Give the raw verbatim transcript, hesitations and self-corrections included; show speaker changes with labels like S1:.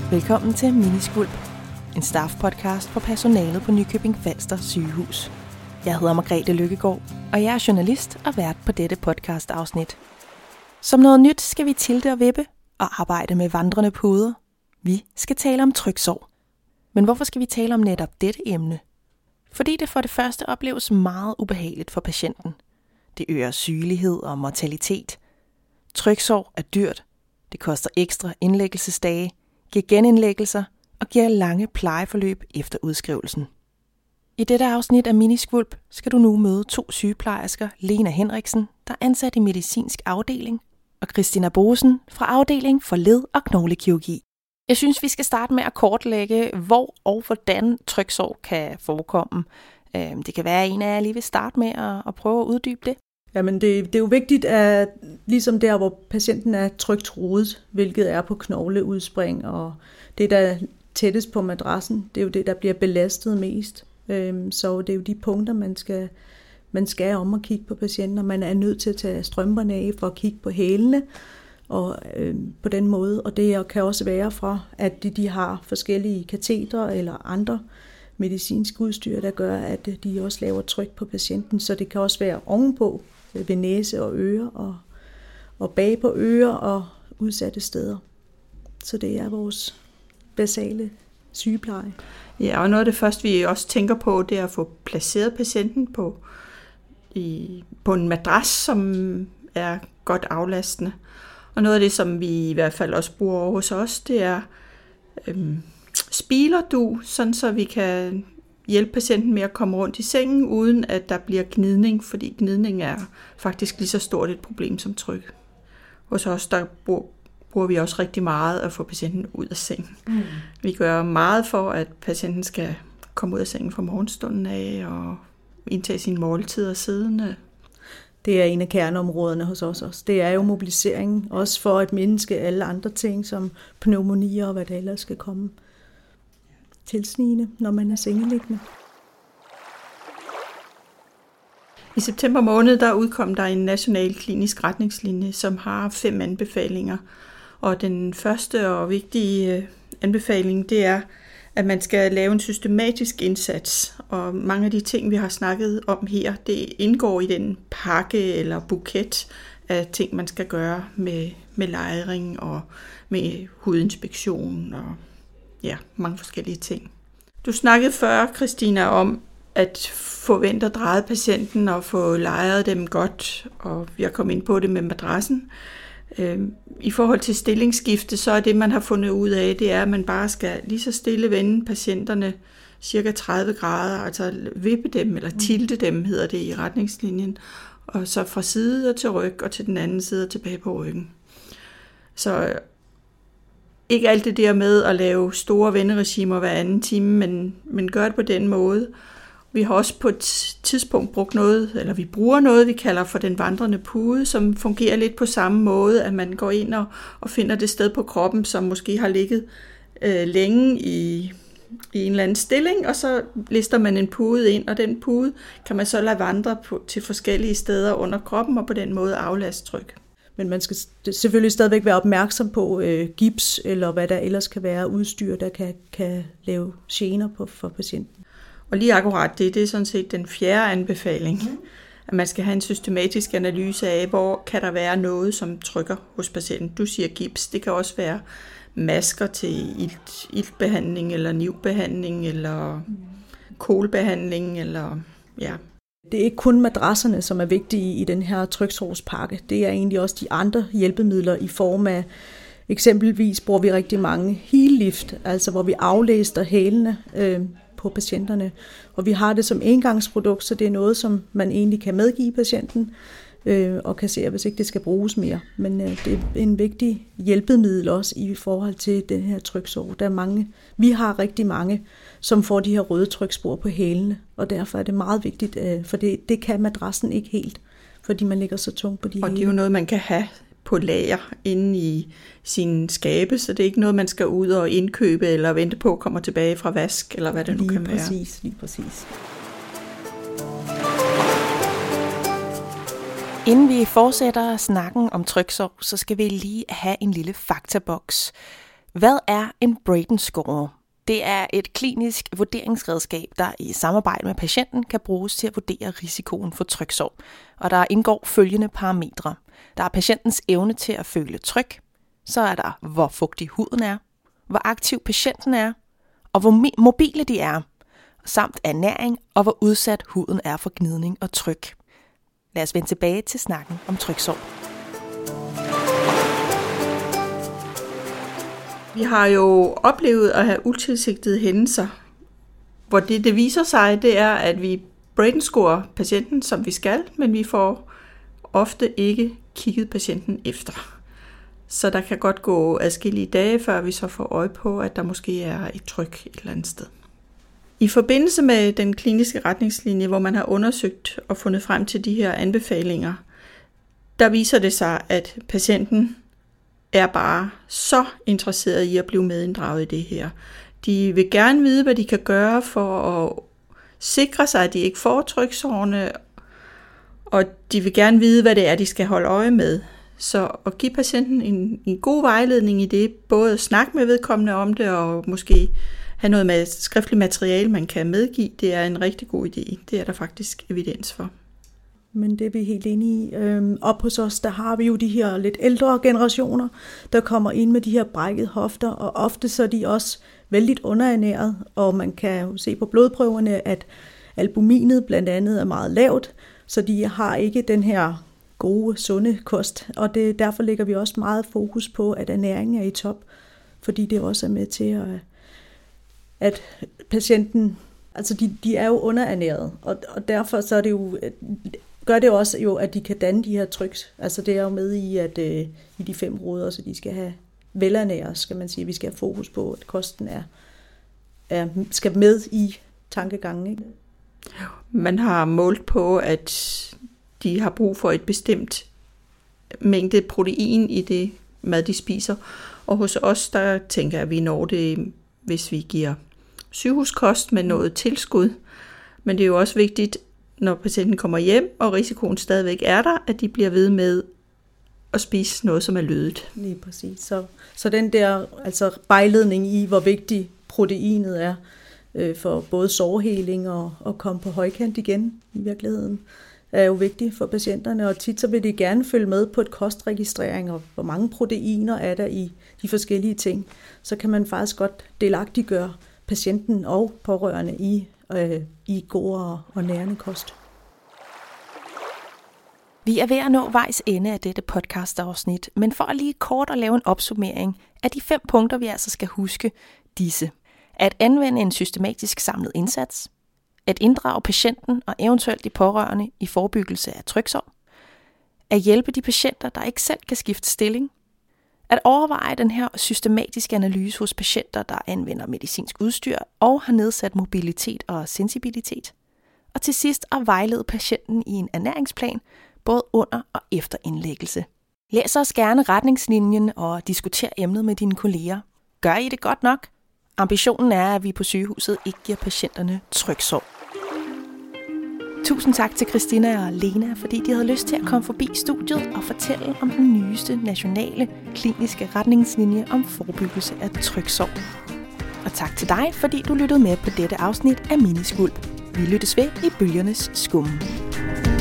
S1: Velkommen til Miniskvulp, en staff-podcast for personalet på Nykøbing Falster Sygehus. Jeg hedder Margrethe Lykkegaard, og jeg er journalist og vært på dette podcast-afsnit. Som noget nyt skal vi tilte og vippe og arbejde med vandrende puder. Vi skal tale om tryksår. Men hvorfor skal vi tale om netop dette emne? Fordi det for det første opleves meget ubehageligt for patienten. Det øger sygelighed og mortalitet. Tryksår er dyrt. Det koster ekstra indlæggelsesdage, giver genindlæggelser og giver lange plejeforløb efter udskrivelsen. I dette afsnit af Miniskvulp skal du nu møde to sygeplejersker, Lena Henriksen, der er ansat i medicinsk afdeling, og Christina Boesen fra afdeling for led- og knoglekirurgi. Jeg synes, vi skal starte med at kortlægge, hvor og hvordan tryksår kan forekomme. Det kan være, at en af jer lige vil starte med at prøve at uddybe det.
S2: Jamen det, det er jo vigtigt, at ligesom der, hvor patienten er trygt rodet, hvilket er på knogleudspring, og det, der er tættest på madrassen, det er jo det, der bliver belastet mest. Så det er jo de punkter, man skal, man skal om at kigge på patienten, og man er nødt til at tage strømperne af for at kigge på hælene, og øh, på den måde. Og det kan også være fra, at de, de har forskellige katetre eller andre medicinske udstyr, der gør, at de også laver tryk på patienten. Så det kan også være ovenpå, ved næse og ører, og, og bag på ører og udsatte steder. Så det er vores basale sygepleje.
S3: Ja, og noget af det første, vi også tænker på, det er at få placeret patienten på, i, på en madras, som er godt aflastende. Og noget af det, som vi i hvert fald også bruger over hos os, det er øhm, spilerdu, sådan så vi kan hjælpe patienten med at komme rundt i sengen, uden at der bliver gnidning, fordi gnidning er faktisk lige så stort et problem som tryk. Hos os, der bruger vi også rigtig meget at få patienten ud af sengen. Mm. Vi gør meget for, at patienten skal komme ud af sengen fra morgenstunden af og indtage sine måltider siddende.
S2: Det er en af kerneområderne hos os også. Det er jo mobilisering, også for at mindske alle andre ting, som pneumonier og hvad der ellers skal komme tilsnigende, når man er sengeliggende.
S3: I september måned der udkom der en national klinisk retningslinje, som har fem anbefalinger. Og den første og vigtige anbefaling, det er, at man skal lave en systematisk indsats. Og mange af de ting, vi har snakket om her, det indgår i den pakke eller buket af ting, man skal gøre med, med lejring og med hudinspektion og ja, mange forskellige ting. Du snakkede før, Christina, om at få vendt og drejet patienten og få lejret dem godt, og vi har kommet ind på det med madrassen. I forhold til stillingsskifte, så er det, man har fundet ud af, det er, at man bare skal lige så stille vende patienterne cirka tredive grader, altså vippe dem, eller tilte dem, hedder det i retningslinjen, og så fra side til ryg, og til den anden side og tilbage på ryggen. Så ikke alt det der med at lave store venderegimer hver anden time, men, men gør det på den måde. Vi har også på et tidspunkt brugt noget, eller vi bruger noget, vi kalder for den vandrende pude, som fungerer lidt på samme måde, at man går ind og, og finder det sted på kroppen, som måske har ligget øh, længe i, i en eller anden stilling, og så lister man en pude ind, og den pude kan man så lade vandre på, til forskellige steder under kroppen, og på den måde aflaste tryk.
S2: Men man skal selvfølgelig stadigvæk være opmærksom på øh, gips, eller hvad der ellers kan være udstyr, der kan, kan lave gener på, for patienten.
S3: Og lige akkurat det, det er sådan set den fjerde anbefaling, mm. at man skal have en systematisk analyse af, hvor kan der være noget, som trykker hos patienten. Du siger gips, det kan også være masker til ilt, iltbehandling, eller nivbehandling, eller mm. kolbehandling, eller ja.
S2: Det er ikke kun madrasserne, som er vigtige i den her tryksårspakke. Det er egentlig også de andre hjælpemidler i form af, eksempelvis bruger vi rigtig mange heel-lift, altså hvor vi aflæster hælene øh, på patienterne. Og vi har det som engangsprodukt, så det er noget, som man egentlig kan medgive patienten øh, og kan se, hvis ikke det skal bruges mere. Men øh, det er en vigtig hjælpemiddel også i forhold til den her tryksår. Der er mange, vi har rigtig mange, som får de her røde trykspor på hælene, og derfor er det meget vigtigt, øh, for det, det kan madrassen ikke helt, fordi man ligger så tungt på de
S3: Og
S2: hele.
S3: det er jo noget, man kan have på lager inde i sin skabe, så det er ikke noget, man skal ud og indkøbe eller vente på kommer tilbage fra vask, eller hvad det nu
S2: lige
S3: kan være.
S2: Præcis, lige præcis.
S1: Inden vi fortsætter snakken om tryksår, så skal vi lige have en lille faktaboks. Hvad er en Braden score? Det er et klinisk vurderingsredskab, der i samarbejde med patienten kan bruges til at vurdere risikoen for tryksår. Og der indgår følgende parametre. Der er patientens evne til at føle tryk, så er der, hvor fugtig huden er, hvor aktiv patienten er, og hvor mobile de er, samt ernæring og hvor udsat huden er for gnidning og tryk. Lad os vende tilbage til snakken om tryksår.
S3: Vi har jo oplevet at have utilsigtede hændelser, hvor det, det viser sig, det er, at vi Braden scorer patienten, som vi skal, men vi får ofte ikke kigget patienten efter. Så der kan godt gå adskillige dage, før vi så får øje på, at der måske er et tryk et eller andet sted. I forbindelse med den kliniske retningslinje, hvor man har undersøgt og fundet frem til de her anbefalinger, der viser det sig, at patienten er bare så interesseret i at blive medinddraget i det her. De vil gerne vide, hvad de kan gøre for at sikre sig, at de ikke får tryksårene, og de vil gerne vide, hvad det er, de skal holde øje med. Så at give patienten en, en god vejledning i det, både at snakke med vedkommende om det, og måske have noget med skriftligt materiale, man kan medgive, det er en rigtig god idé. Det er der faktisk evidens for.
S2: Men det er vi helt enige i. Øhm, op hos os, der har vi jo de her lidt ældre generationer, der kommer ind med de her brækkede hofter, og ofte så er de også vældig underernæret, og man kan jo se på blodprøverne, at albuminet blandt andet er meget lavt, så de har ikke den her gode, sunde kost, og det, derfor lægger vi også meget fokus på, at ernæringen er i top, fordi det også er med til, at, at patienten, altså de, de er jo underernæret, og, og derfor så er det jo, gør det også jo, at de kan danne de her tryks, altså det er jo med i, at øh, i de fem råder, så de skal have velernæret, skal man sige, vi skal have fokus på, at kosten er, er skal med i tankegangen, ikke?
S3: Man har målt på, at de har brug for et bestemt mængde protein i det mad, de spiser. Og hos os, der tænker jeg, at vi når det, hvis vi giver sygehuskost med noget tilskud. Men det er jo også vigtigt, når patienten kommer hjem, og risikoen stadigvæk er der, at de bliver ved med at spise noget, som er lødigt.
S2: Lige præcis. Så, så den der altså vejledning i, hvor vigtig proteinet er øh, for både sårheling og at komme på højkant igen i virkeligheden, er jo vigtigt for patienterne, og tit så vil de gerne følge med på et kostregistrering, og hvor mange proteiner er der i de forskellige ting. Så kan man faktisk godt delagtiggøre patienten og pårørende i, øh, i god og, og nærende kost.
S1: Vi er ved at nå vejs ende af dette podcast-afsnit, men for at lige kort at lave en opsummering af de fem punkter, vi altså skal huske disse. At anvende en systematisk samlet indsats, at inddrage patienten og eventuelt de pårørende i forebyggelse af tryksår, at hjælpe de patienter, der ikke selv kan skifte stilling, at overveje den her systematiske analyse hos patienter, der anvender medicinsk udstyr og har nedsat mobilitet og sensibilitet, og til sidst at vejlede patienten i en ernæringsplan, både under og efter indlæggelse. Læs os gerne retningslinjen og diskuter emnet med dine kolleger. Gør I det godt nok? Ambitionen er, at vi på sygehuset ikke giver patienterne tryksår. Tusind tak til Christina og Lena, fordi de havde lyst til at komme forbi studiet og fortælle om den nyeste nationale kliniske retningslinje om forebyggelse af tryksår. Og tak til dig, fordi du lyttede med på dette afsnit af Miniskvulp. Vi lyttes ved i bølgernes skum.